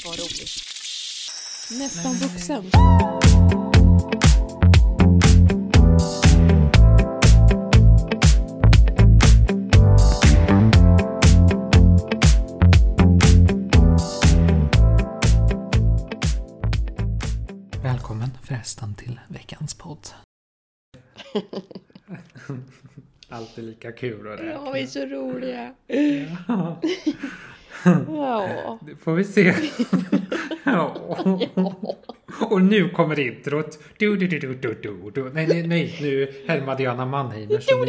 var roligt. Nästan vuxen. Välkommen förresten till veckans podd. Alltid lika kul att räkna. Ja, vi är så roliga. Ja. Ja. Det får vi se. Ja. Och nu kommer introt. Du. Nej, nu härmade Diana Mannheimer som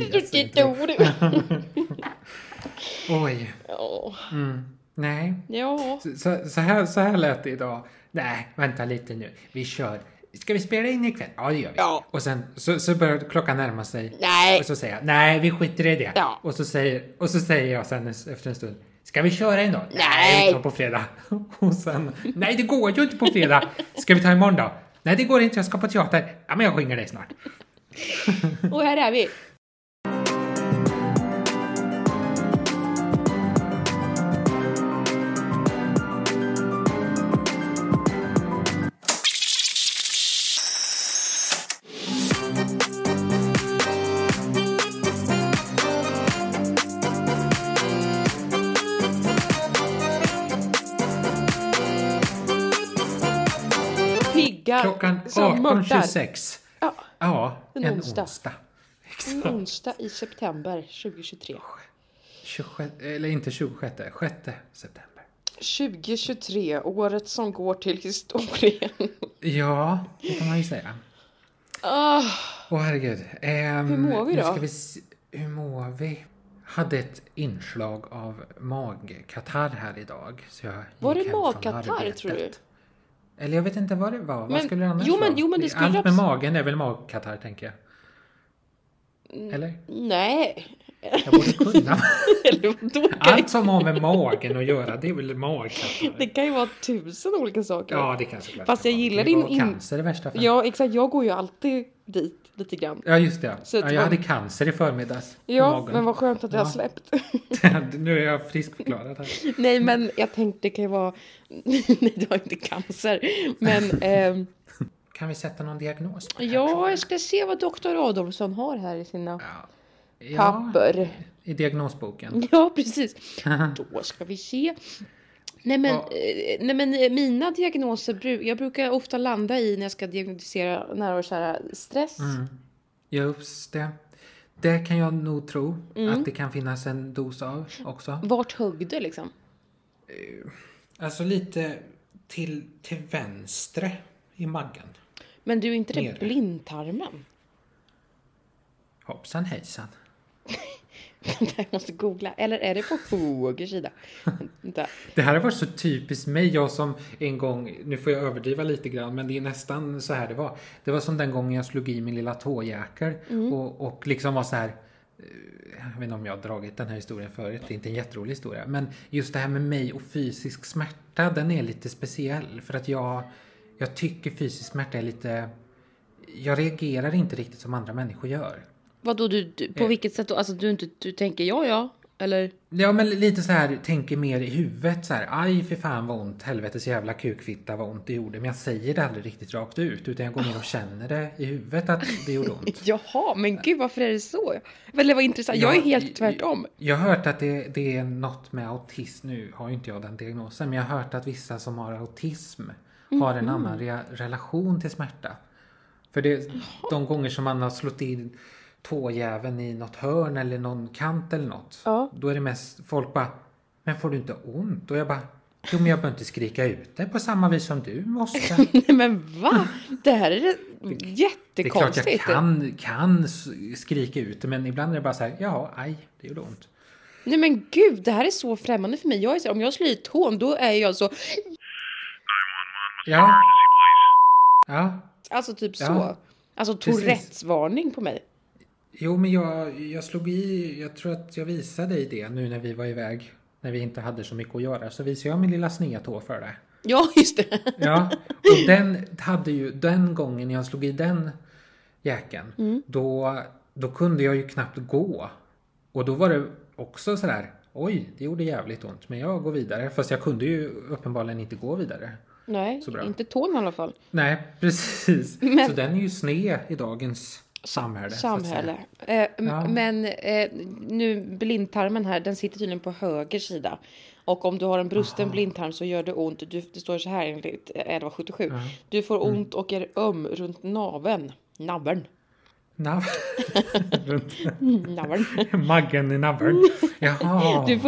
Oj. Nej. Ja. Så här lät det idag. Nej, vänta lite nu. Vi kör. Ska vi spela in ikväll? Ja, det gör vi. Ja. Och sen så börjar klockan närma sig. Nej. Och så säger jag, nej, vi skiter i det. Ja. Och så säger jag sen efter en stund, ska vi köra en dag? Nej. Vi tar på fredag. Och sen, nej, det går ju inte på fredag. Ska vi ta imorgon då? Nej, det går inte, jag ska på teater. Ja, men jag sjunger dig snart. Och här är vi. Klockan 18.26. Ja, en onsdag. En onsdag i september 2023. 26, eller inte 26, 6 september. 2023, året som går till historien. Ja, det kan man ju säga. Herregud. Hur mår vi då? Hur mår vi? Hade ett inslag av magkatarr här idag. Så jag var det gick hem från magkatarr, arbetet. tror du? Eller jag vet inte vad det var. Vad skulle det annars jo, vara? men det skulle allt med magen är väl magkatarr, tänker jag. Eller? Nej. Jag borde kunna. Eller allt som har med magen att göra, det är väl magkatarr. Det kan ju vara 1000 olika saker. Ja, det kan såklart. Fast jag gillar din cancer i värsta fall. Ja, exakt. Jag går ju alltid dit lite grann. Ja, just det. Så jag hade cancer i förmiddags. Ja, men vad skönt att jag har släppt. Nu är jag friskförklarad här. Nej, men jag tänkte det kan ju vara... Nej, du har inte cancer. Men... Kan vi sätta någon diagnos på det här, ja, jag ska se vad doktor Adolfsson har här i sina ja, papper. I diagnosboken. Ja, precis. Då ska vi se. Nej men mina diagnoser, jag brukar ofta landa i när jag ska diagnostisera nära och kära stress. Just det. Det kan jag nog tro att det kan finnas en dos av också. Vart högg det liksom? Alltså lite till vänstre i magen. Men du är inte det Nere. blindtarmen? Hoppsan hejsan. Jag måste googla. Eller är det på höger sida? Det här har varit så typiskt mig. Jag som en gång, nu får jag överdriva lite grann, men det är nästan så här det var. Det var som den gången jag slog i min lilla tåjäkel och liksom var så här. Jag vet inte om jag har dragit den här historien förut. Det är inte en jätterolig historia. Men just det här med mig och fysisk smärta, den är lite speciell. För att jag tycker fysisk smärta är lite... Jag reagerar inte riktigt som andra människor gör. Vadå, du på vilket sätt då? Alltså du tänker ja, eller? Ja, men lite så här, tänker mer i huvudet så här, aj för fan vad ont, helvetes jävla kukfitta vad ont det gjorde. Men jag säger det aldrig riktigt rakt ut, utan jag går ner och känner det i huvudet att det gjorde ont. Jaha, men gud, varför är det så? Eller vad intressant, jag är helt tvärtom. Jag har hört att det är något med autism, nu har ju inte jag den diagnosen, men jag har hört att vissa som har autism har en annan relation till smärta. För de gånger som man har slått in tåjäveln i något hörn eller någon kant eller något. Ja. Då är det mest folk bara, men får du inte ont? Och jag bara, jo men jag behöver inte skrika ut det på samma vis som du måste. Nej men va? Det här är jättekonstigt. Det är klart jag kan skrika ut det, men ibland är det bara så här, ja, aj, det gjorde ont. Nej men gud, det här är så främmande för mig. Jag är så, om jag slår i tån, då är jag så... Ja. Ja. Alltså typ så. Alltså Tourettes-varning på mig. Jo, men jag slog i, jag tror att jag visade dig det nu när vi var iväg. När vi inte hade så mycket att göra. Så visade jag min lilla snedtå för det. Ja, just det. Ja, och den hade ju, den gången jag slog i den jäkeln. Då kunde jag ju knappt gå. Och då var det också sådär, oj, det gjorde jävligt ont. Men jag går vidare. Fast jag kunde ju uppenbarligen inte gå vidare. Nej, inte tån i alla fall. Nej, precis. Så den är ju sned i dagens samhälle. Men nu blindtarmen här, den sitter tydligen på höger sida. Och om du har en brusten blindtarm så gör det ont. Det står så här enligt 1177. Du får ont och är öm runt naveln. Naveln. Naveln. Maggen i naveln. Jaha, du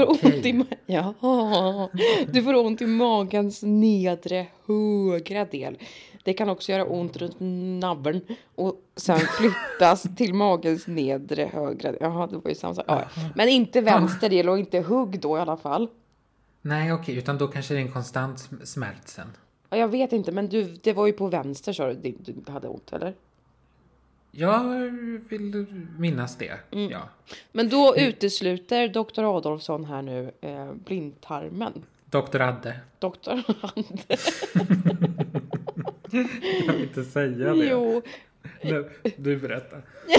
får ont i magens nedre högra del. Det kan också göra ont runt naveln och sen flyttas till magens nedre högra. Jaha, det var ju samma sak. Ja. Men inte vänster del och inte hugg då i alla fall. Nej, okej, utan då kanske det är en konstant smärtsen. Ja, jag vet inte, men det var ju på vänster så du hade ont, eller? Jag vill minnas det, ja. Men då utesluter Dr. Adolfsson här nu blindtarmen. Dr. Adde. Dr. Adde. Jag vill inte säga det. Jo. Du berättar.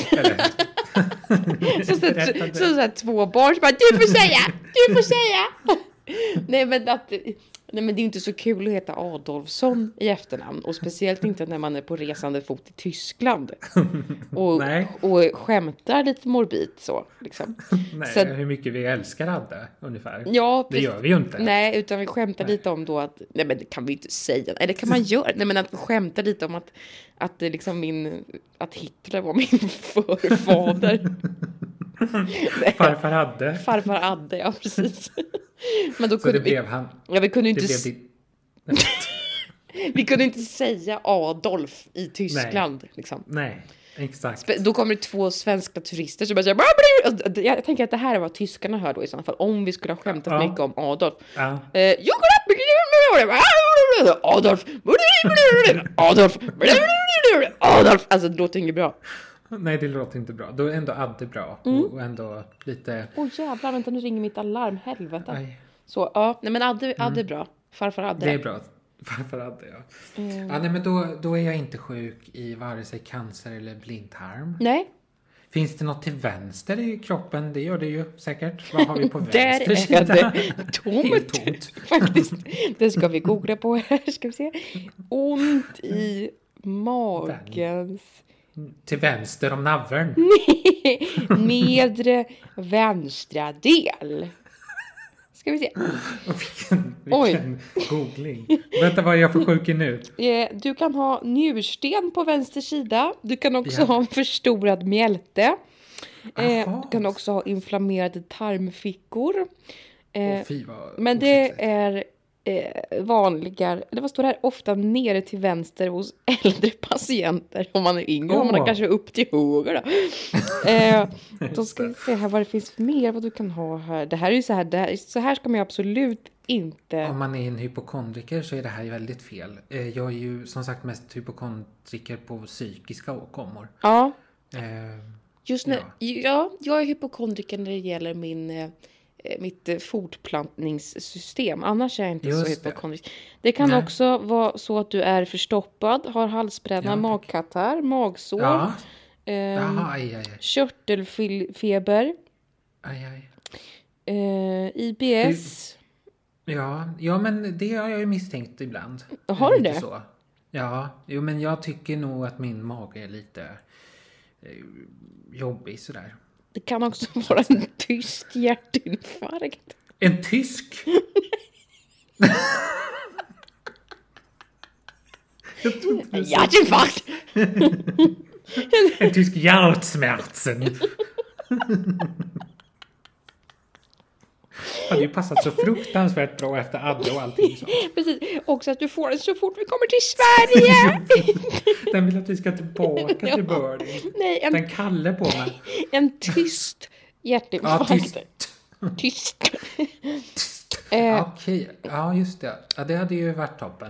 Så här två barn som bara, du får säga. Nej men det är inte så kul att heta Adolfsson i efternamn. Och speciellt inte när man är på resande fot i Tyskland. Och skämtar lite morbid så. Liksom. Nej, så, hur mycket vi älskar Adde ungefär. Ja, det gör vi ju inte. Nej, utan vi skämtar lite om då att, nej men det kan vi inte säga. Nej, det kan man göra. Nej men att vi skämtar lite om att det liksom att Hitler var min förfader. Farfar Adde, ja precis. Men då så kunde det blev han. Ja, vi kunde inte vi kunde inte säga Adolf i Tyskland. Nej, liksom. Nej exakt. Då kommer det 2 svenska turister som bara säger, jag tänker att det här är vad tyskarna hör då i sådana fall. Om vi skulle ha skämtat mycket om Adolf. Ja. Adolf. Alltså det låter inget bra. Nej, det låter inte bra. Då är ändå Adde bra. Och ändå lite... Jävlar, vänta, nu ringer mitt alarm. Helvete. Aj. Så, ja. Nej, men Adde är bra. Farfar Adde. Det är bra. Farfar Adde, ja. Ja, nej, men då är jag inte sjuk i vare sig cancer eller blindtarm. Nej. Finns det något till vänster i kroppen? Det gör det ju säkert. Vad har vi på vänster sida? Där är det tomt. Faktiskt. Det ska vi googla på här. Ska vi se. Ont i magens... Till vänster om naveln. Nedre vänstra del. Ska vi se. Vilken googling. Vänta, vad är jag för sjuk nu? Du kan ha njursten på vänster sida. Du kan också ha en förstorad mjälte. Du kan också ha inflammerade tarmfickor. Men det är vanligare, eller vad står det här? Ofta nere till vänster hos äldre patienter. Om man är yngre, om man är kanske upp till höger då ska vi se här vad det finns mer, vad du kan ha här. Det här är ju så här ska man ju absolut inte... Om man är en hypokondriker så är det här väldigt fel. Jag är ju som sagt mest hypokondriker på psykiska åkommor. Ja. Just nu, jag är hypokondriker när det gäller mitt fortplantningssystem. Annars är jag inte så hypokondrisk. Det kan också vara så att du är förstoppad, har halsbränna, magkatarr, magsår, körtelfeber, IBS. Ja, men det har jag ju misstänkt ibland. Har du det? Så. Ja, men jag tycker nog att min mage är lite jobbig sådär. Det kan också vara en tysk hjärtinfarkt. En tysk? Hjärtinfarkt! En tysk hjärtsmärtsen. Det hade ju passat så fruktansvärt bra efter Adde och allting så. Precis, också att du får den så fort vi kommer till Sverige. Den vill att vi ska tillbaka till Birdie. Nej, den kallar på mig. En tyst hjärtinfarkt. Tyst. Okej, ja just det. Ja, det hade ju varit toppen.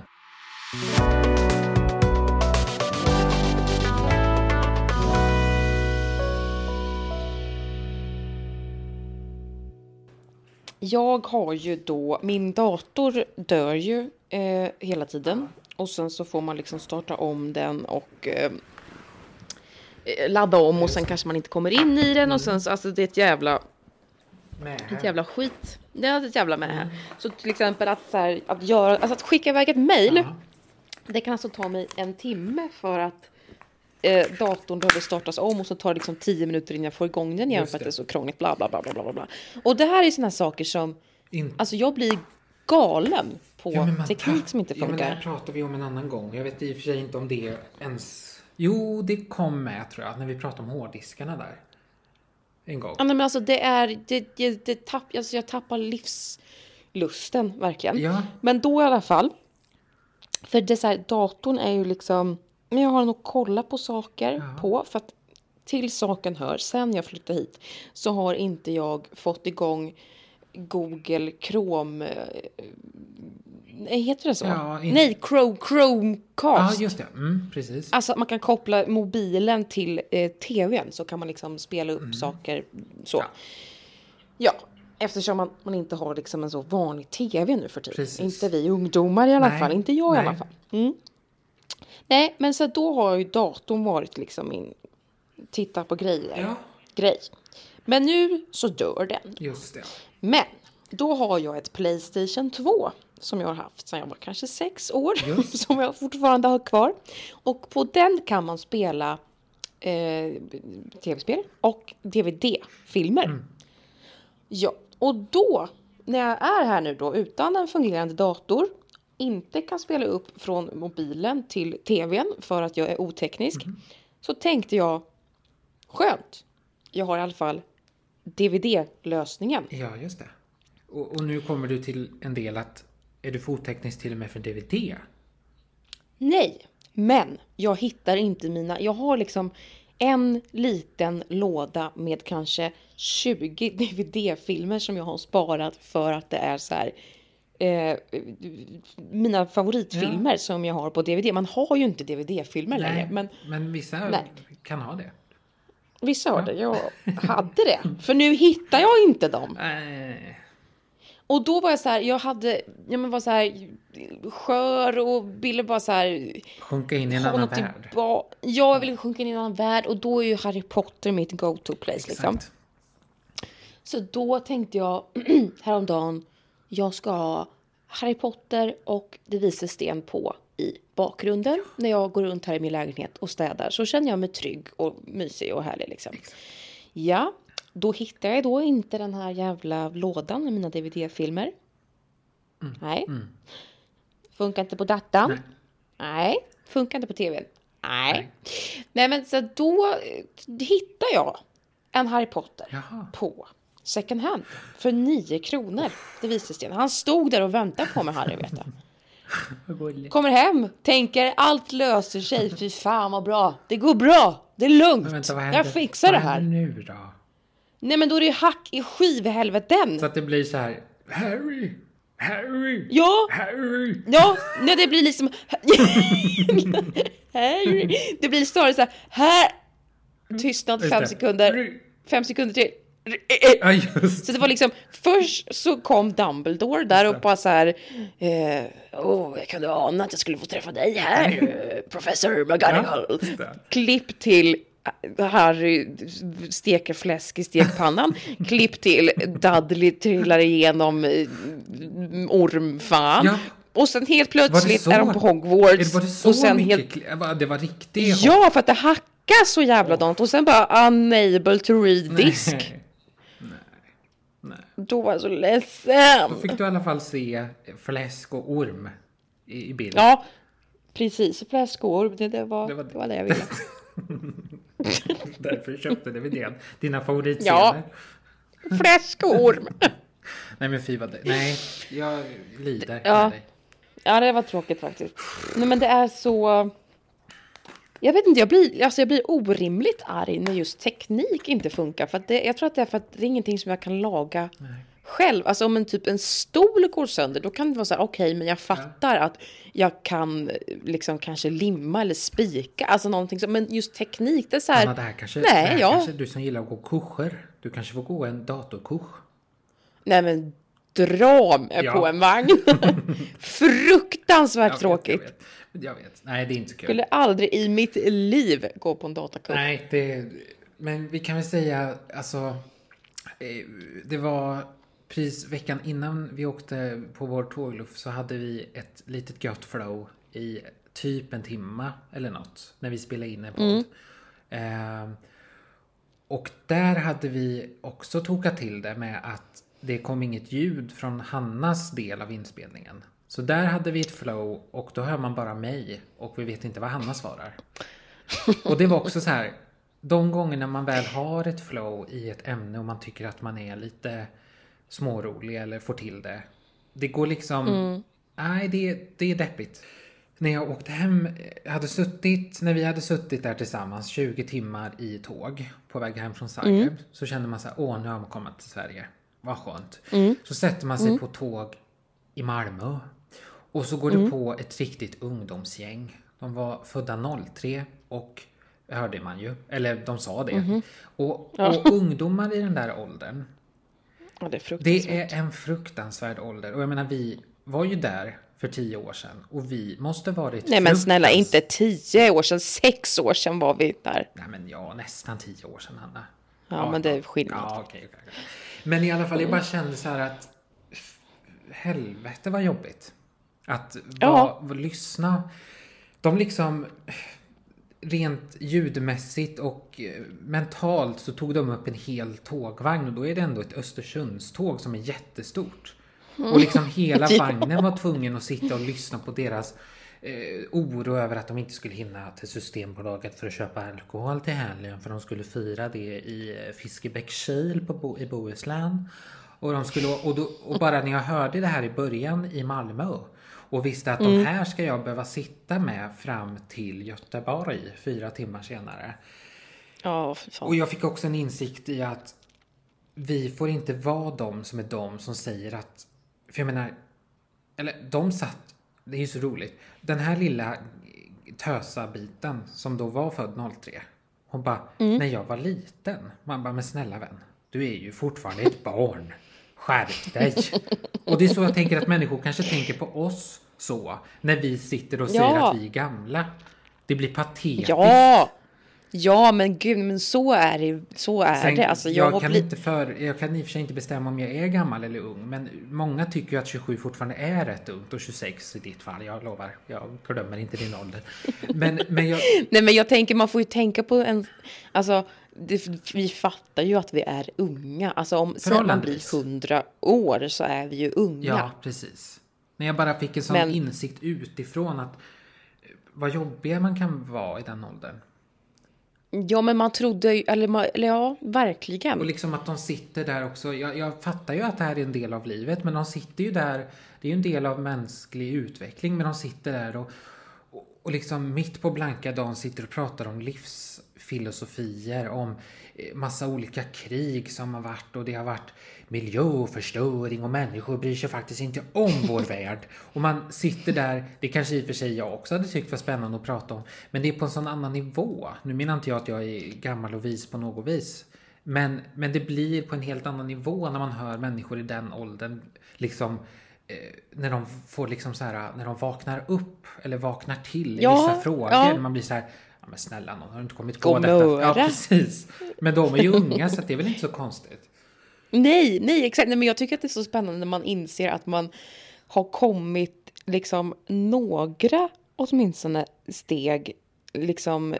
Jag har ju då, min dator dör ju hela tiden. Och sen så får man liksom starta om den och ladda om. Och sen kanske man inte kommer in i den. Och sen så, alltså det är ett jävla ett jävla skit. Det är ett jävla med här. Så till exempel att skicka iväg ett mejl. Det kan alltså ta mig 1 timme för att datorn behöver startas om och så tar det liksom 10 minuter innan jag får igång den igen för att det är så krångligt bla bla bla bla bla bla. Och det här är såna saker som alltså jag blir galen på teknik som inte funkar. Ja, men det här pratar vi om en annan gång. Jag vet i och för sig inte om det ens... Jo, det kom med tror jag när vi pratade om hårddiskarna där. En gång. Ja, men alltså jag tappar livslusten verkligen. Ja. Men då i alla fall. För det så här, datorn är ju liksom... Men jag har nog kollat på saker på. För att till saken hör, sen jag flyttade hit så har inte jag fått igång Google Chrome... heter det så? Ja, Nej, Chromecast. Ja, just det. Precis. Alltså man kan koppla mobilen till tvn så kan man liksom spela upp saker så. Ja, eftersom man inte har liksom en så vanlig tv nu för tiden. Precis. Inte vi ungdomar i alla fall, inte jag i alla fall. Nej, men så då har ju datorn varit liksom min titta på grejer grej. Men nu så dör den. Just det. Men då har jag ett PlayStation 2 som jag har haft sedan jag var kanske 6 år. Som jag fortfarande har kvar. Och på den kan man spela tv-spel och DVD-filmer. Ja, och då när jag är här nu då utan en fungerande dator, inte kan spela upp från mobilen till tvn för att jag är oteknisk, så tänkte jag, skönt, jag har i alla fall DVD-lösningen. Ja, just det. Och nu kommer du till en del att är du för oteknisk till och med för DVD? Nej, men jag hittar inte mina... Jag har liksom en liten låda med kanske 20 DVD-filmer som jag har sparat för att det är så här... mina favoritfilmer som jag har på DVD. Man har ju inte DVD-filmer längre. Men vissa kan ha det. Vissa har det. Jag hade det. För nu hittar jag inte dem. Och då var jag så här, var så här skör och ville bara så här sjunka in i en annan värld. Jag ville sjunka in i en annan värld och då är ju Harry Potter mitt go-to place liksom. Så då tänkte jag häromdagen, jag ska ha Harry Potter och Det vises sten på i bakgrunden när jag går runt här i min lägenhet och städar, så känner jag mig trygg och mysig och härlig liksom. Ja. Då hittar jag då inte den här jävla lådan med mina DVD-filmer. Nej. Funkar inte på datan. Nej. Funkar inte på tvn. Nej. Men så då hittar jag en Harry Potter på second hand för 9 kronor. Det visade sig. Han stod där och väntade på mig, Harry, vet jag. Kommer hem, tänker allt löser sig. Fy fan vad bra. Det går bra. Det är lugnt. Vänta, jag fixar det här. Nu då? Nej, men då är det ju hack i skivhelveten. Så att det blir så här, Harry. Ja. Harry. Ja, när det blir liksom Harry. Det blir snarare så här tystnad 5 sekunder. 5 sekunder till. Ja, just. Så det var liksom, först så kom Dumbledore där och bara så här, jag kunde ana att jag skulle få träffa dig här, professor McGonagall. Klipp till Harry steker fläsk i stekpannan. Klipp till Dudley trillar igenom ormfan. Ja. Och sen helt plötsligt är de på Hogwarts. Var det så och sen mycket det var riktigt. Ja, för att det hackar så jävla dant. Och sen bara unable to read disk. Nej. Då var jag så ledsen. Då fick du i alla fall se fläsk och orm i bild. Ja, precis. Fläsk och orm, det var det jag ville. Därför köpte DVD:n. Dina favoritscener. Ja. Fläsk och orm. Nej, men fy vad det. Nej, jag lider med dig. Ja, det var tråkigt faktiskt. Nej, men det är så... Jag vet inte, jag blir orimligt arg när just teknik inte funkar. För att jag tror att det är för att det är ingenting som jag kan laga själv. Alltså om en stol går sönder, då kan det vara så här, okej, men jag fattar att jag kan liksom kanske limma eller spika. Alltså någonting så, men just teknik, det är så här... Anna, det här kanske du som gillar att gå kurser. Du kanske får gå en datorkurs. Nej, men dra mig på en vagn. Fruktansvärt tråkigt. Jag vet. Nej, det är inte så kul. Skulle aldrig i mitt liv gå på en datakurs. Nej, men vi kan väl säga, alltså, Det var precis veckan innan vi åkte på vår tågluff så hade vi ett litet gött flow i typ en timma eller något när vi spelade in en podd. Och där hade vi också tokat till det med att det kom inget ljud från Hannas del av inspelningen. Så där hade vi ett flow och då hör man bara mig och vi vet inte vad Hanna svarar. Och det var också så här, de gångerna man väl har ett flow i ett ämne och man tycker att man är lite smårolig eller får till det. Det går liksom, nej det är deppigt. När jag åkte hem, när vi hade suttit där tillsammans 20 timmar i tåg på väg hem från Zagreb så kände man så här, nu har man kommit till Sverige. Vad skönt. Så sätter man sig på tåg i Malmö och så går det på ett riktigt ungdomsgäng. De var födda 03 och hörde man ju, eller de sa det. Och ungdomar i den där åldern, det är en fruktansvärd ålder. Och jag menar, vi var ju där för 10 år sedan och vi måste varit... Nej men snälla, inte 10 år sedan, 6 år sedan var vi där. Nej men nästan 10 år sedan, Hanna. Ja, men det är skillnad. Ja, okej. Men i alla fall, jag bara kände så här att helvete var jobbigt. Att lyssna. De liksom rent ljudmässigt och mentalt så tog de upp en hel tågvagn och då är det ändå ett Östersundståg som är jättestort. Och liksom hela vagnen var tvungen att sitta och lyssna på deras oro över att de inte skulle hinna till Systembolaget för att köpa alkohol till helgen för de skulle fira det i Fiskebäckskil i Bohuslän. Och de skulle och bara när jag hörde det här i början i Malmö och visste att de här ska jag behöva sitta med fram till Göteborg 4 timmar senare. Och jag fick också en insikt i att vi får inte vara de som säger att, för jag menar, eller de satt, det är ju så roligt, den här lilla tösa-biten som då var född 03, hon bara, när jag var liten, man bara, men snälla vän, du är ju fortfarande ett barn, skärp dig. Och det är så jag tänker att människor kanske tänker på oss så, när vi sitter och säger att vi är gamla. Det blir patetiskt. Ja, men gud, men så är det. Alltså, jag kan i och för sig inte bestämma om jag är gammal eller ung, men många tycker ju att 27 fortfarande är rätt ungt och 26 i ditt fall, jag lovar. Jag glömmer inte din ålder. Men jag tänker, man får ju tänka på vi fattar ju att vi är unga. Alltså om man blir 100 år så är vi ju unga. Ja, precis. När jag bara fick en sån insikt utifrån att vad jobbiga man kan vara i den åldern. Ja, men man trodde ju, verkligen. Och liksom att de sitter där också. Jag fattar ju att det här är en del av livet, men de sitter ju där. Det är ju en del av mänsklig utveckling, men de sitter där och liksom mitt på blanka dagen sitter och pratar om livsfilosofier, om massa olika krig som har varit, och det har varit miljöförstöring och människor bryr sig faktiskt inte om vår värld. Och man sitter där, det kanske i och för sig jag också hade tyckt var spännande att prata om, men det är på en sån annan nivå. Nu menar inte jag att jag är gammal och vis på något vis, men det blir på en helt annan nivå när man hör människor i den åldern liksom när de får liksom så här, när de vaknar upp eller vaknar till i vissa frågor, man blir så här, ja men snälla, någon har inte kommit på detta. Ja, precis. Men de är ju unga så det är väl inte så konstigt. Nej, exakt. Nej, men jag tycker att det är så spännande när man inser att man har kommit liksom några åtminstone steg liksom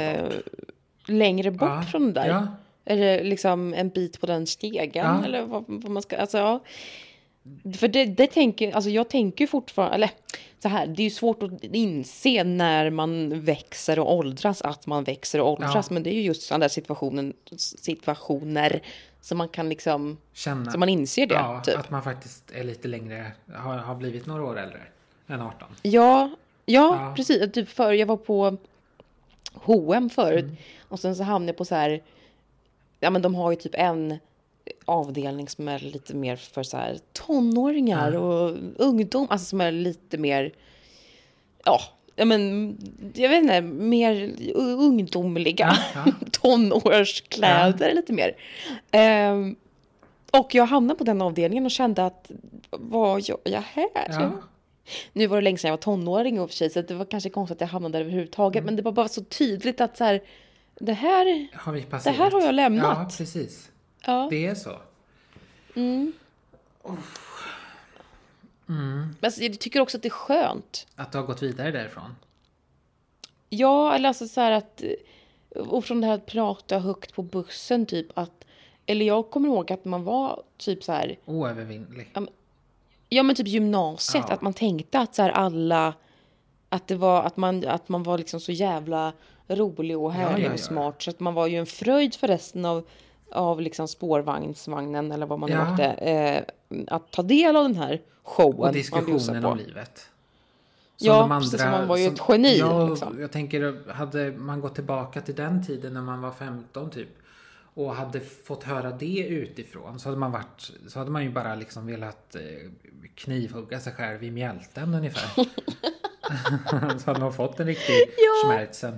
längre bort från det där. Ja. Eller liksom en bit på den stegen eller vad man ska, för det tänker, alltså jag tänker fortfarande, eller så här, det är ju svårt att inse när man växer och åldras att man växer och åldras, men det är ju just sådana där situationer som man kan liksom känna, så man inser det typ. Att man faktiskt är lite längre, har blivit några år äldre än 18. Ja, precis. Typ jag var på H&M förut och sen så hamnade jag på så här, ja men de har ju typ en avdelning som är lite mer för så här tonåringar och ungdom, alltså som är lite mer men jag vet inte, mer ungdomliga tonårskläder lite mer. Och jag hamnade på den avdelningen och kände att vad gör jag här? Ja. Nu var det länge sedan jag var tonåring och för sig, så det var kanske konstigt att jag hamnade där överhuvudtaget, men det var bara så tydligt att så här, det här har jag lämnat. Ja, precis. Ja. Det är så. Alltså, jag tycker också att det är skönt. Att du har gått vidare därifrån? Ja, eller alltså så här att... Och från det här att prata högt på bussen typ att... Eller jag kommer ihåg att man var typ så här... Oövervinnlig. Ja, men typ gymnasiet. Ja. Att man tänkte att så här alla... Att det var att man var liksom så jävla rolig och härlig och smart. Så att man var ju en fröjd för resten av liksom spårvagnsvagnen eller vad man nu åkte. Att ta del av den här showen. Och diskussionen om livet. Som ja, andra, precis, man var ju ett geni. Ja, liksom. Jag tänker, hade man gått tillbaka till den tiden när man var 15 typ. Och hade fått höra det utifrån. Så hade man ju bara liksom velat knivhugga sig själv i mjälten ungefär. Så hade man fått en riktig smärtsen.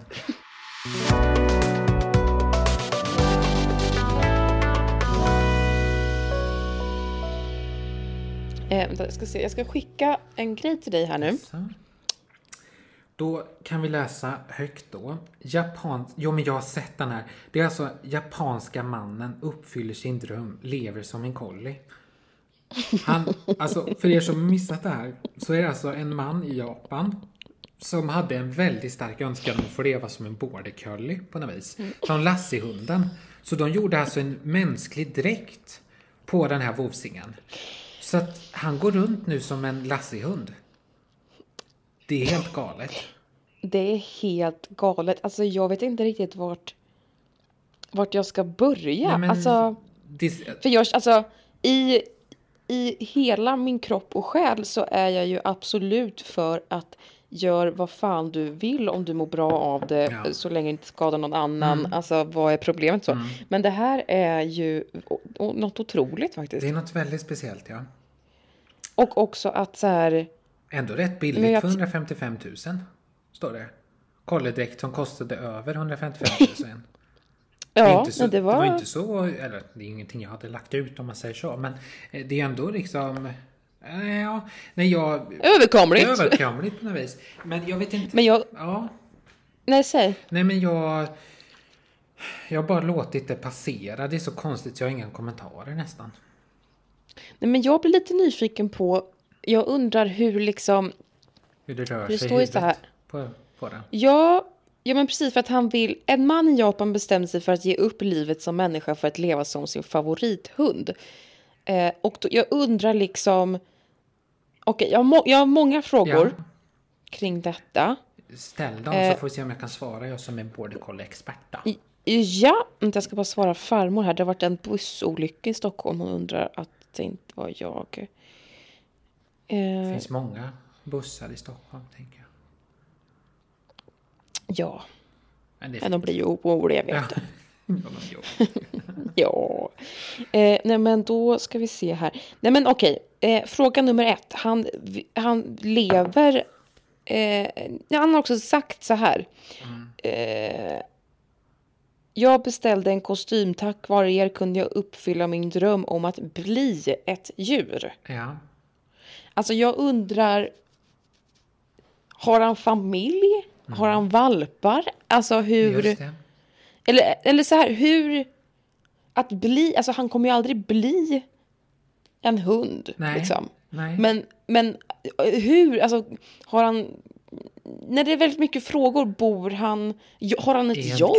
Jag ska skicka en grej till dig här nu. Så. Då kan vi läsa högt då. Men jag har sett den här. Det är alltså japanska mannen uppfyller sin dröm, lever som en collie. Alltså för er som missat det här så är det alltså en man i Japan som hade en väldigt stark önskan att få leva som en border collie på något vis. Från Lassie-hunden. Så de gjorde alltså en mänsklig dräkt på den här vovsingen. Så att han går runt nu som en Lassie-hund. Det är helt galet. Det är helt galet. Alltså jag vet inte riktigt vart jag ska börja. Nej, men alltså, för jag, alltså i hela min kropp och själ så är jag ju absolut för att gör vad fan du vill om du mår bra av det så länge det inte skadar någon annan. Alltså vad är problemet så? Men det här är ju något otroligt faktiskt. Det är något väldigt speciellt, ja. Och också att så här... Ändå rätt billigt för 155 000 står det. Colledräkt som kostade över 155 000. Ja, det var inte så, eller det är ingenting jag hade lagt ut om man säger så, men det är ändå liksom överkomligt på något vis. Men jag vet inte. Men jag Nej, säg. Nej, men jag har bara låtit det passera. Det är så konstigt så jag har inga kommentarer nästan. Nej, men jag blir lite nyfiken på, jag undrar hur liksom hur det rör det sig står ju så här på den. Ja, men precis, för att en man i Japan bestämde sig för att ge upp livet som människa för att leva som sin favorithund. Och då, jag undrar liksom jag har många frågor kring detta. Ställ dem så får vi se om jag kan svara, jag som är border collie-expert. Ja, jag ska bara svara farmor här. Det har varit en bussolycka i Stockholm och undrar att det inte var jag. Det finns många bussar i Stockholm, tänker jag. Ja. Men de blir ju oroliga, vet du. Ja. Nej, men då ska vi se här. Nej, men okej. Fråga nummer 1. Han lever... han har också sagt så här. Jag beställde en kostym. Tack vare er kunde jag uppfylla min dröm om att bli ett djur. Ja. Alltså jag undrar... Har han familj? Har han valpar? Alltså hur... Just det. Eller så här, hur... Att bli... Alltså han kommer ju aldrig bli en hund. Nej. Liksom. Nej. Men hur... Alltså har han... När det är väldigt mycket frågor, bor han... Har han ett jobb?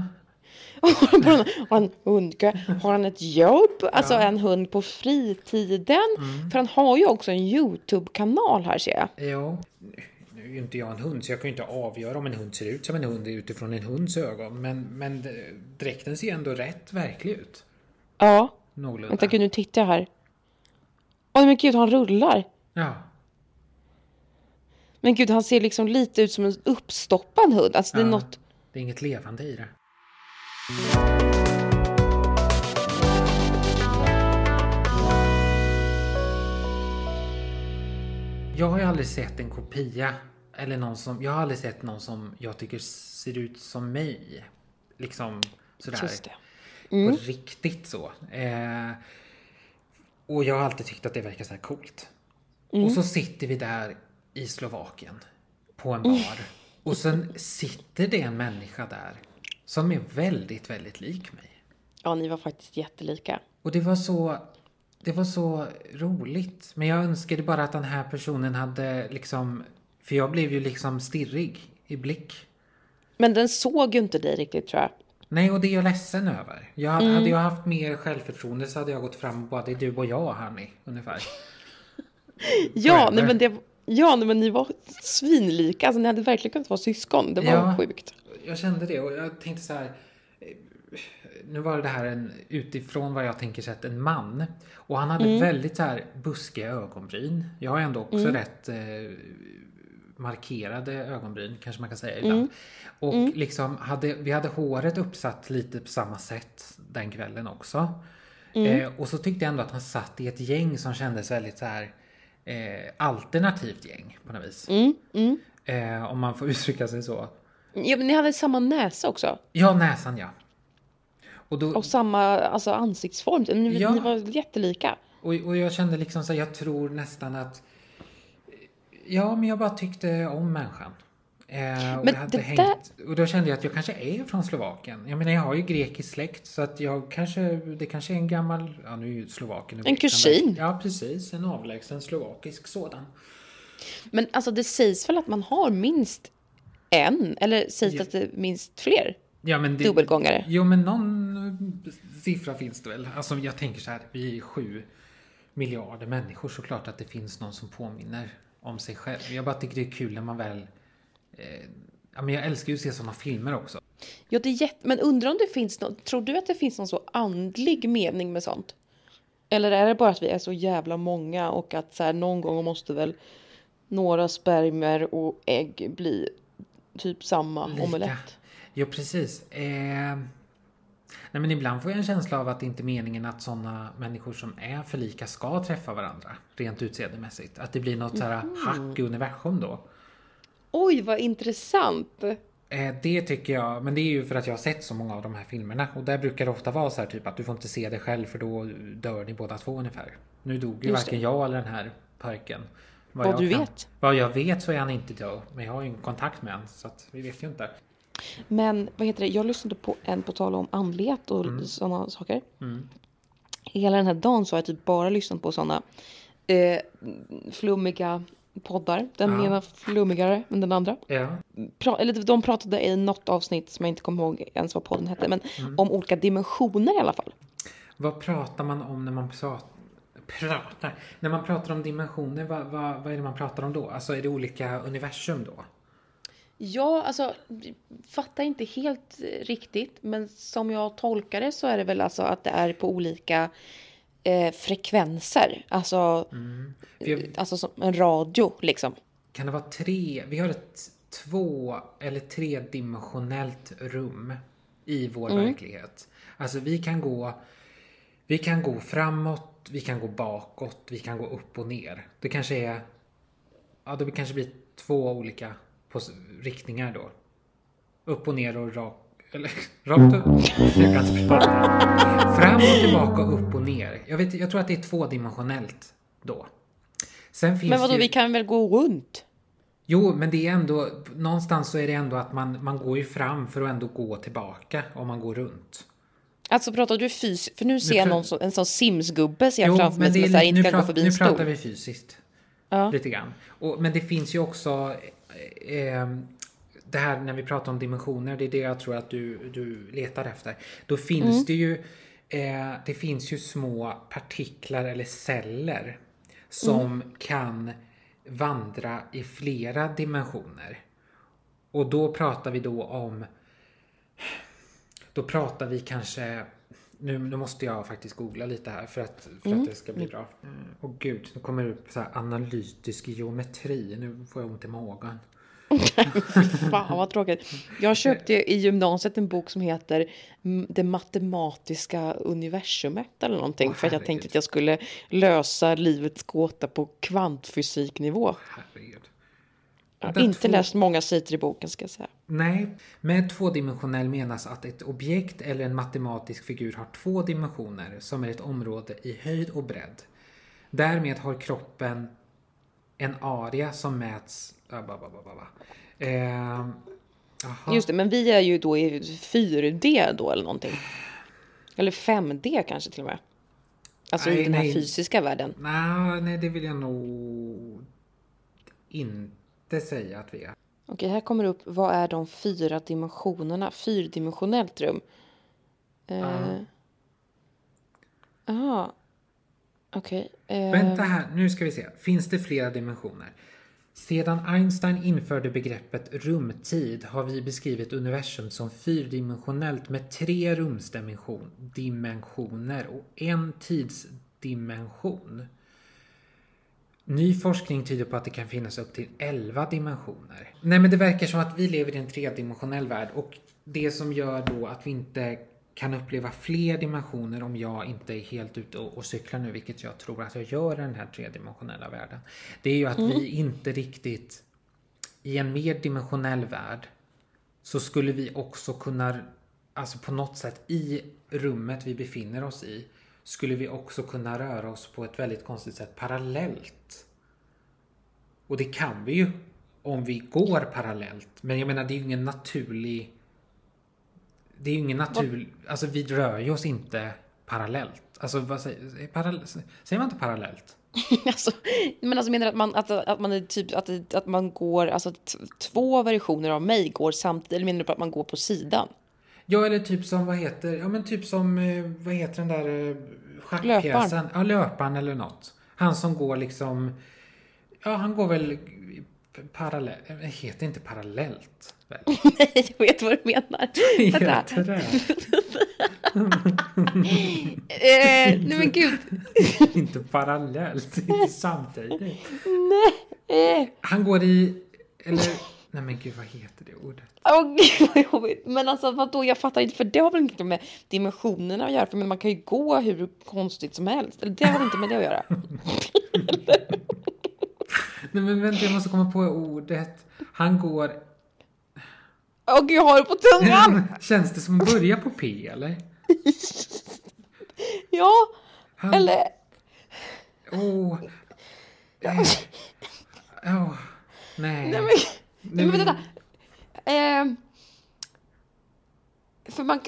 Har han hundkö? Har han ett jobb? Alltså en hund på fritiden? För han har ju också en YouTube-kanal här, ser jag. Jo. Nu är ju inte jag en hund så jag kan ju inte avgöra om en hund ser ut som en hund utifrån en hunds ögon. Men dräkten ser ändå rätt verklig ut. Ja. Någorlunda. Vänta, gud, nu tittar jag här. Åh, men gud, han rullar. Ja. Men gud, han ser liksom lite ut som en uppstoppad hund. Alltså det är något... Det är inget levande i det. Jag har ju aldrig sett en kopia eller jag har aldrig sett någon som jag tycker ser ut som mig. Liksom sådär. Just det. På riktigt så. Och jag har alltid tyckt att det verkar så här coolt. Och så sitter vi där i Slovakien på en bar. Och sen sitter det en människa där som är väldigt, väldigt lik mig. Ja, ni var faktiskt jättelika. Och det var så roligt. Men jag önskade bara att den här personen hade liksom... För jag blev ju liksom stirrig i blick. Men den såg ju inte dig riktigt, tror jag. Nej, och det är jag ledsen över. Hade jag haft mer självförtroende så hade jag gått fram och bara, det är du och jag, Hanni, ungefär. Ja, men ni var svinlika. Alltså, ni hade verkligen kunnat vara syskon. Det var sjukt. Jag kände det och jag tänkte så här... Nu var det här utifrån vad jag tänker sett en man. Och han hade väldigt så här buskiga ögonbryn. Jag har ändå också rätt markerade ögonbryn, kanske man kan säga ibland. Och liksom vi hade håret uppsatt lite på samma sätt den kvällen också. Och så tyckte jag ändå att han satt i ett gäng som kändes väldigt så här alternativt gäng på något vis. Om man får uttrycka sig så. Ja, men ni hade samma näsa också. Ja, näsan, ja. Och samma ansiktsform. Ni var jättelika. Och jag kände liksom så här, jag tror nästan att... Ja, men jag bara tyckte om människan. Och då kände jag att jag kanske är från Slovakien. Jag menar, jag har ju grekisk släkt. Så att det kanske är en gammal... Ja, nu är ju Slovakien... En kusin. Ja, precis. En avlägsen slovakisk sådan. Men alltså, det sägs väl att man har minst en? Eller sägs det att det är minst fler? Ja, men dubbelgångare. Jo, men någon siffra finns det väl. Alltså jag tänker så här, vi är 7 miljarder människor, så klart att det finns någon som påminner om sig själv. Jag bara tycker det är kul när man väl... men jag älskar ju att se sådana filmer också. Ja, det är men undrar om det finns någon... Tror du att det finns någon så andlig mening med sånt? Eller är det bara att vi är så jävla många och att så här, någon gång måste väl några spermier och ägg bli typ samma omelett? Ja, precis. Nej, men ibland får jag en känsla av att det inte är meningen att sådana människor som är för lika ska träffa varandra rent utseendemässigt. Att det blir något så här hack i universum då. Oj, vad intressant. Det tycker jag, men det är ju för att jag har sett så många av de här filmerna. Och där brukar det ofta vara så här typ att du får inte se det själv för då dör ni båda två ungefär. Nu dog ju varken jag eller den här pojken. Vad jag vet så är han inte död. Men jag har ju en kontakt med han, så att vi vet ju inte. Men vad heter det? Jag lyssnade på på tal om andlighet och sådana saker. Hela den här dagen så har jag typ bara lyssnat på sådana flummiga poddar. Den ena flummigare än den andra. Ja. De pratade i något avsnitt som jag inte kommer ihåg ens vad podden hette. Men om olika dimensioner i alla fall. Vad pratar man om när man pratar? När man pratar om dimensioner, vad är det man pratar om då? Alltså är det olika universum då? Ja, alltså fattar inte helt riktigt, men som jag tolkar det så är det väl alltså att det är på olika frekvenser. Alltså, alltså som en radio liksom. Kan det vara 3? Vi har ett 2- eller 3-dimensionellt rum i vår verklighet. Alltså vi kan gå framåt, vi kan gå bakåt, vi kan gå upp och ner. Det kanske blir 2 olika riktningar då. Upp och ner och rakt upp. Jag kan inte prata. Fram och tillbaka, upp och ner. Jag tror att det är 2-dimensionellt då. Sen finns men vadå, vi kan väl gå runt? Jo, men det är ändå... Någonstans så är det ändå att man går ju fram för att ändå gå tillbaka om man går runt. Alltså pratar du fysiskt? För nu ser jag en sån simsgubbe ser jag framför mig som inte kan gå förbi en stol. Nu pratar vi fysiskt. Ja. Lite grann. Men det finns ju också... det här när vi pratar om dimensioner, det är det jag tror att du letar efter. Då finns det ju det finns ju små partiklar eller celler som kan vandra i flera dimensioner. Och då pratar vi kanske nu måste jag faktiskt googla lite här för att det ska bli bra. Och gud, nu kommer det upp så här analytisk geometri. Nu får jag ont i magen. Fan vad tråkigt. Jag köpte i gymnasiet en bok som heter Det matematiska universumet eller någonting. För att jag tänkte att jag skulle lösa livets gåta på kvantfysiknivå. Herregud. Jag har inte läst många sidor i boken, ska jag säga. Nej, med 2-dimensionell menas att ett objekt eller en matematisk figur har 2 dimensioner som är ett område i höjd och bredd. Därmed har kroppen en area som mäts... Just det, men vi är ju då i 4D då eller någonting. Eller 5D kanske till och med. Alltså i den här fysiska världen. Nej, det vill jag nog inte säga att vi är. Okej, här kommer upp, vad är de 4 dimensionerna? 4-dimensionellt rum. Okej. Vänta här, nu ska vi se. Finns det flera dimensioner? Sedan Einstein införde begreppet rumtid har vi beskrivit universum som 4-dimensionellt med 3 rumsdimensioner och en tidsdimension. Ny forskning tyder på att det kan finnas upp till 11 dimensioner. Nej, men det verkar som att vi lever i en 3-dimensionell värld, och det som gör då att vi inte kan uppleva fler dimensioner, om jag inte är helt ute och cyklar nu, vilket jag tror att jag gör i den här 3-dimensionella världen. Det är ju att vi inte riktigt, i en mer dimensionell värld så skulle vi också kunna, alltså på något sätt i rummet vi befinner oss i, skulle vi också kunna röra oss på ett väldigt konstigt sätt parallellt. Och det kan vi ju om vi går parallellt. Men jag menar, det är ju ingen naturlig... Det är ju ingen naturlig... Alltså vi rör ju oss inte parallellt. Alltså vad säger man inte parallellt? Men menar att man är typ att man går, alltså 2 versioner av mig går samtidigt, eller menar du på att man går på sidan? Ja, eller typ som vad heter den där schackpjäsen? Ja, löparen eller något. Han som går liksom, ja, han går väl parallellt. Det heter inte parallellt väl? Nej, jag vet vad du menar. Heter det? Nej men gud. Inte parallellt, inte samtidigt. Nej. Han går i, eller nej men gud, vad heter det ordet? Gud vad jobbigt. Men alltså vadå, jag fattar inte, för det har väl inte med dimensionerna att göra, för men man kan ju gå hur konstigt som helst. Eller det har inte med det att göra. Nej men vänta, jag måste komma på ordet. Han går... Gud, jag har det på tungan! Känns det som börjar på P, eller? Ja, eller... Nej. Men vänta. För man...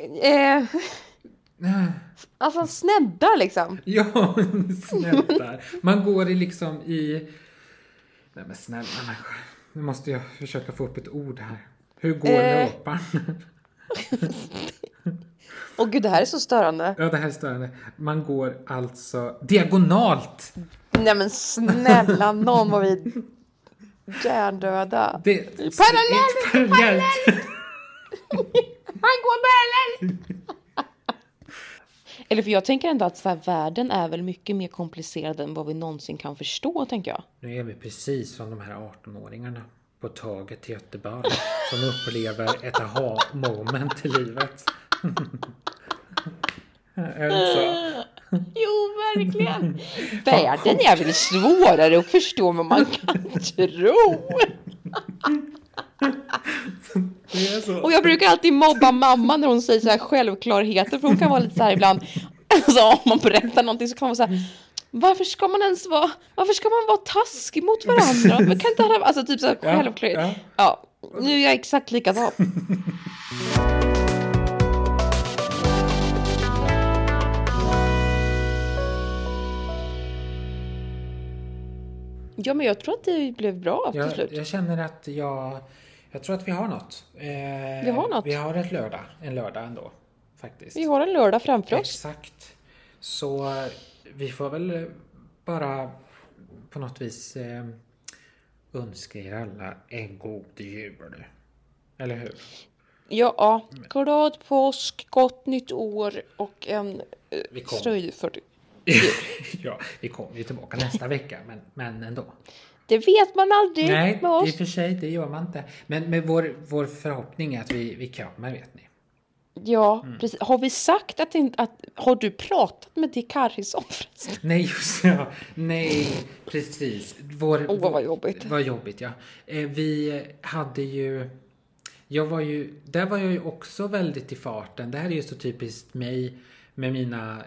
Alltså sneddar liksom. Ja, sneddar. Man går i liksom i... Nej men snälla människa. Nu måste jag försöka få upp ett ord här. Hur går löparen? Åh gud, det här är så störande. Ja, det här är störande. Man går alltså diagonalt. Nej men snälla, någon var vi hjärndöda. Parallellt. Han går parallellt. Eller för jag tänker ändå att så här, världen är väl mycket mer komplicerad än vad vi någonsin kan förstå, tänker jag. Nu är vi precis som de här 18-åringarna på tåget till Göteborg som upplever ett aha-moment i livet. Jo, verkligen. Världen är väl svårare att förstå än vad man kan tro. Och jag brukar alltid mobba mamma när hon säger så här självklarheter, för hon kan vara lite så här ibland, alltså om man berättar någonting så kan man vara så här: varför ska man vara taskig mot varandra? Man kan inte ha, alltså typ så här självklart. Ja, nu är jag exakt likadan. Ja, men jag tror att det blev bra till slut. Jag känner att jag tror att vi har något. Vi har något. Vi har en lördag ändå, faktiskt. Vi har en lördag framför oss. Exakt. Så vi får väl bara på något vis önska er alla en god jul. Eller hur? Ja, glad påsk, gott nytt år och en ströj för ja, vi kommer ju tillbaka nästa vecka, men ändå. Det vet man aldrig. Nej, i och för sig, det gör man inte. Men vår förhoppning är att vi kommer, vet ni. Ja, precis. Har vi sagt att har du pratat med Dick Harrison förresten? Nej, just ja. Nej, precis. Vad jobbigt. Vad jobbigt, ja. Vi hade ju... Där var jag ju också väldigt i farten. Det här är ju så typiskt mig med mina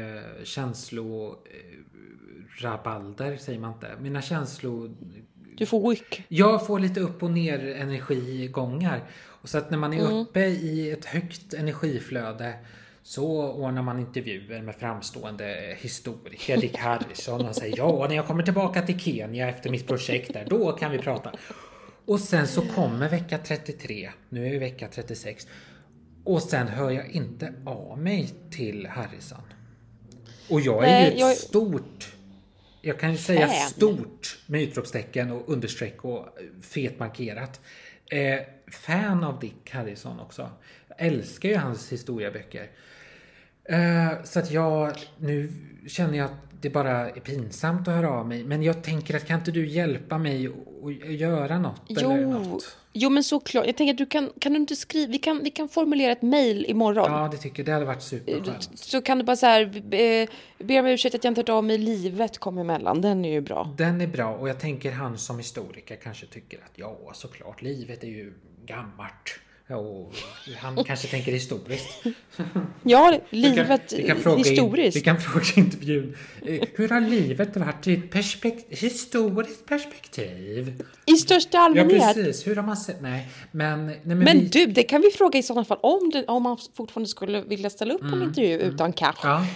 rabalder, säger man inte. Mina känslor... Du får ryck. Jag får lite upp och ner energigångar. Och så att när man är uppe i ett högt energiflöde så ordnar man intervjuer med framstående historiker, Dick Harrison, och säger ja, när jag kommer tillbaka till Kenya efter mitt projekt där, då kan vi prata. Och sen så kommer vecka 33, nu är vi vecka 36, och sen hör jag inte av mig till Harrison. Och jag är ju ett stort, jag kan ju säga stort med utropstecken och understreck och fetmarkerat. Fan av Dick Harrison också. Jag älskar ju hans historieböcker. Så att nu känner jag att det bara är pinsamt att höra av mig. Men jag tänker att kan inte du hjälpa mig att göra något? Eller något? Jo, men såklart. Jag tänker att kan du inte skriva, vi kan formulera ett mejl imorgon. Ja, det tycker jag. Det hade varit superskönt. Så kan du bara så här, be om ursäkt att jag inte hört av mig, livet kom emellan. Den är ju bra. Den är bra, och jag tänker han som historiker kanske tycker att ja, såklart, livet är ju gammalt. Och han kanske tänker historiskt. Ja, livet historiskt. Vi kan fråga intervjun. Hur har livet varit i ett historiskt perspektiv? I största allmänhet. Ja, precis. Hur har man sett? Nej, men du, det kan vi fråga i sådana fall. Om man fortfarande skulle vilja ställa upp på en intervju utan cash. Ja.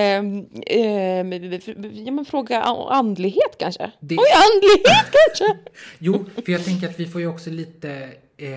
Men fråga andlighet kanske. Andlighet kanske. Jo, för jag tänker att vi får ju också lite...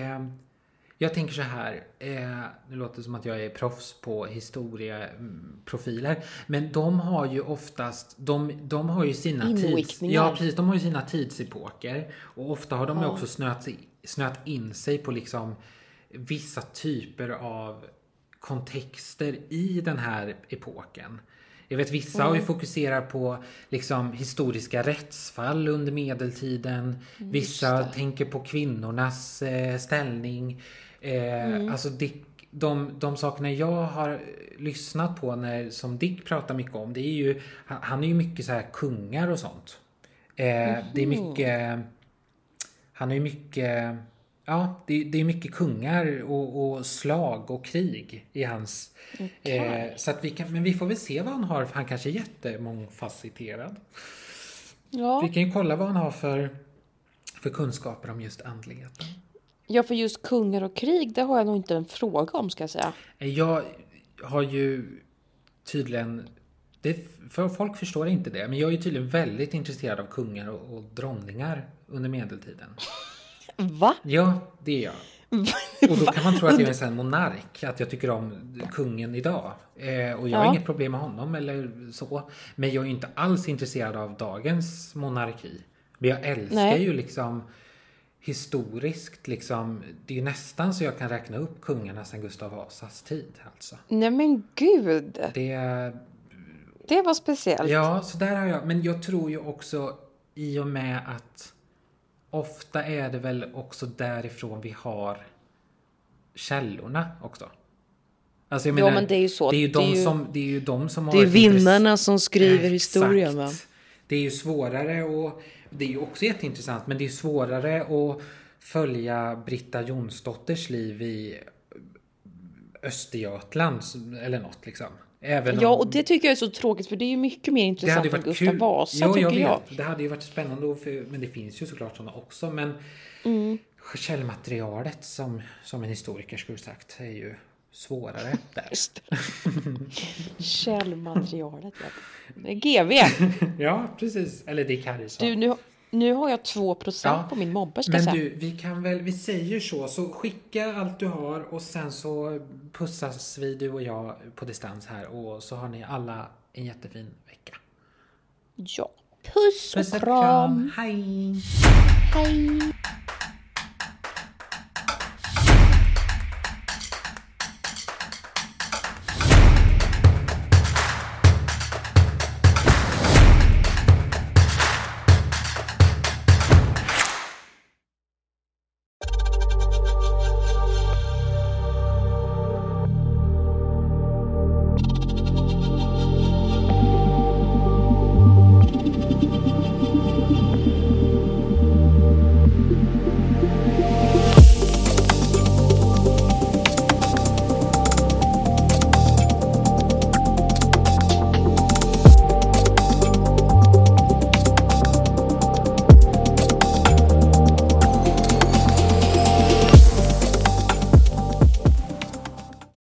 Jag tänker så här, det låter som att jag är proffs på historieprofiler, men de har ju oftast, de har ju sina de har ju sina tidsepoker, och ofta har de också snöat in sig på liksom vissa typer av kontexter i den här epoken. Jag vet, vissa har ju fokuserat på liksom historiska rättsfall under medeltiden. Vissa tänker på kvinnornas ställning. Alltså de sakerna jag har lyssnat på som Dick pratar mycket om, det är ju, han är ju mycket så här kungar och sånt. Det är mycket, han är ju mycket, ja, det är mycket kungar och slag och krig i hans. Så att men vi får väl se vad han har, för han kanske är jättemångfacetterad. Ja. Vi kan ju kolla vad han har för kunskaper om just andligheten. Ja, för just kungar och krig, det har jag nog inte en fråga om, ska jag säga. Jag har ju tydligen, för folk förstår inte det, men jag är ju tydligen väldigt intresserad av kungar och dronningar under medeltiden. Va? Ja, det är jag. Och då kan man tro att jag är en sån monark, att jag tycker om kungen idag. Och jag har inget problem med honom eller så. Men jag är ju inte alls intresserad av dagens monarki. Men jag älskar ju liksom historiskt liksom, det är ju nästan så jag kan räkna upp kungarna sedan Gustav Vasas tid alltså. Nej men gud. Det var speciellt. Ja, så där har jag, men jag tror ju också i och med att ofta är det väl också därifrån vi har källorna också. Alltså jag menar, men det är ju så. Det är ju de som har... Det är vinnarna som skriver historien, va? Det är ju svårare, och det är ju också jätteintressant, men det är svårare att följa Britta Jonsdotters liv i Östergötland eller något liksom. Och det tycker jag är så tråkigt, för det är ju mycket mer intressant än Gustav Vasa, tycker jag. Det hade ju varit spännande, men det finns ju såklart sådana också. Men källmaterialet som en historiker skulle sagt är ju svårare där. Källmaterialet, det är GV. Ja, precis. Eller det kan det så. Du, nu har jag 2% på min mobber. Men du, vi säger så skicka allt du har, och sen så pussas du och jag på distans här, och så har ni alla en jättefin vecka. Ja, puss och kram. Hej. Hej.